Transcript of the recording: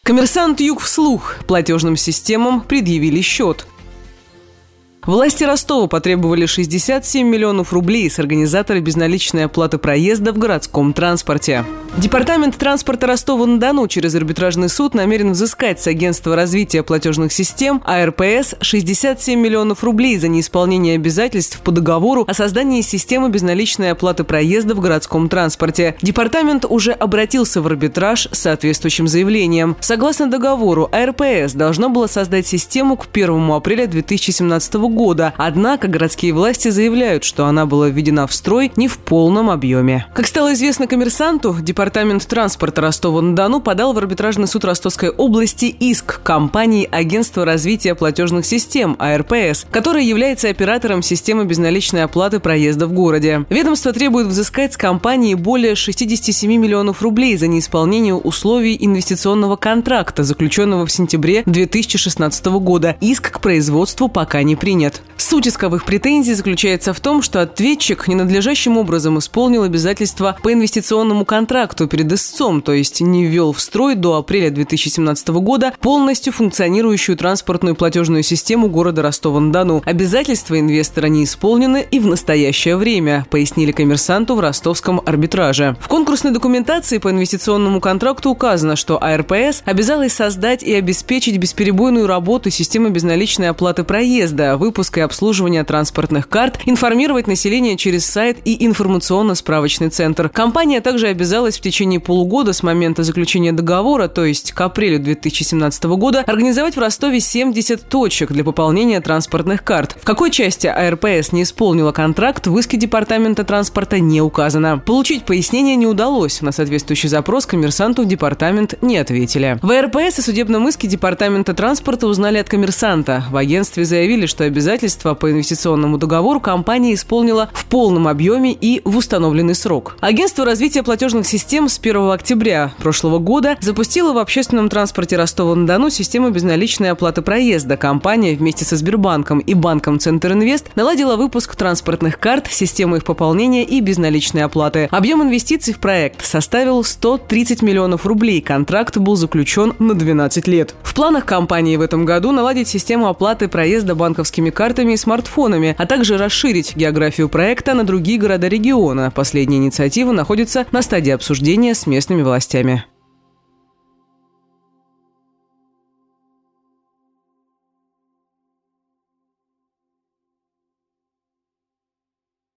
Коммерсант Юг вслух. Платежным системам предъявили счет. Власти Ростова потребовали 67 миллионов рублей с организатора безналичной оплаты проезда в городском транспорте. Департамент транспорта Ростова-на-Дону через арбитражный суд намерен взыскать с Агентства развития платежных систем АРПС 67 миллионов рублей за неисполнение обязательств по договору о создании системы безналичной оплаты проезда в городском транспорте. Департамент уже обратился в арбитраж с соответствующим заявлением. Согласно договору, АРПС должно было создать систему к 1 апреля 2017 года. Однако городские власти заявляют, что она была введена в строй не в полном объеме. Как стало известно «Коммерсанту», Департамент транспорта Ростова-на-Дону подал в арбитражный суд Ростовской области иск компании Агентства развития платежных систем АРПС, которая является оператором системы безналичной оплаты проезда в городе. Ведомство требует взыскать с компании более 67 миллионов рублей за неисполнение условий инвестиционного контракта, заключенного в сентябре 2016 года. Иск к производству пока не принят. Суть исковых претензий заключается в том, что ответчик ненадлежащим образом исполнил обязательства по инвестиционному контракту перед истцом, то есть не ввел в строй до апреля 2017 года полностью функционирующую транспортную платежную систему города Ростова-на-Дону. Обязательства инвестора не исполнены и в настоящее время, пояснили «Коммерсанту» в ростовском арбитраже. В конкурсной документации по инвестиционному контракту указано, что АРПС обязалась создать и обеспечить бесперебойную работу системы безналичной оплаты проезда, выпуска и обслуживания транспортных карт, информировать население через сайт и информационно-справочный центр. Компания также обязалась в течение полугода с момента заключения договора, то есть к апрелю 2017 года, организовать в Ростове 70 точек для пополнения транспортных карт. В какой части АРПС не исполнила контракт, в иске Департамента транспорта не указано. Получить пояснение не удалось. На соответствующий запрос «Коммерсанту» в департамент не ответили. В АРПС и судебном иске Департамента транспорта узнали от «Коммерсанта». В агентстве заявили, что обязательства по инвестиционному договору компания исполнила в полном объеме и в установленный срок. Агентство развития платежных систем с 1 октября прошлого года запустило в общественном транспорте Ростова-на-Дону систему безналичной оплаты проезда. Компания вместе со Сбербанком и банком Центринвест наладила выпуск транспортных карт, систему их пополнения и безналичной оплаты. Объем инвестиций в проект составил 130 миллионов рублей. Контракт был заключен на 12 лет. В планах компании в этом году наладить систему оплаты проезда банковскими картами и смартфонами, а также расширить географию проекта на другие города региона. Последняя инициатива находится на стадии обсуждения с местными властями.